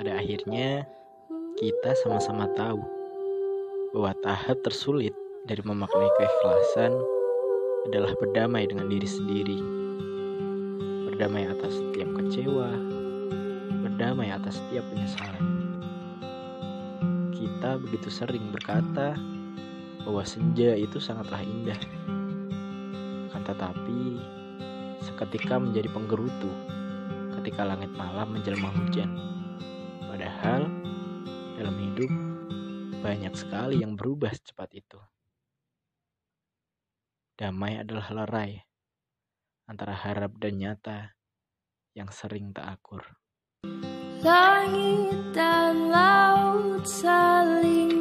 Pada akhirnya, kita sama-sama tahu bahwa tahap tersulit dari memaknai keikhlasan adalah berdamai dengan diri sendiri. Berdamai atas setiap kecewa, berdamai atas setiap penyesalan. Kita begitu sering berkata bahwa senja itu sangatlah indah. Akan tetapi, seketika menjadi penggerutu ketika langit malam menjelma hujan. Padahal, dalam hidup, banyak sekali yang berubah secepat itu. Damai adalah lerai antara harap dan nyata yang sering tak akur. Langit dan laut saling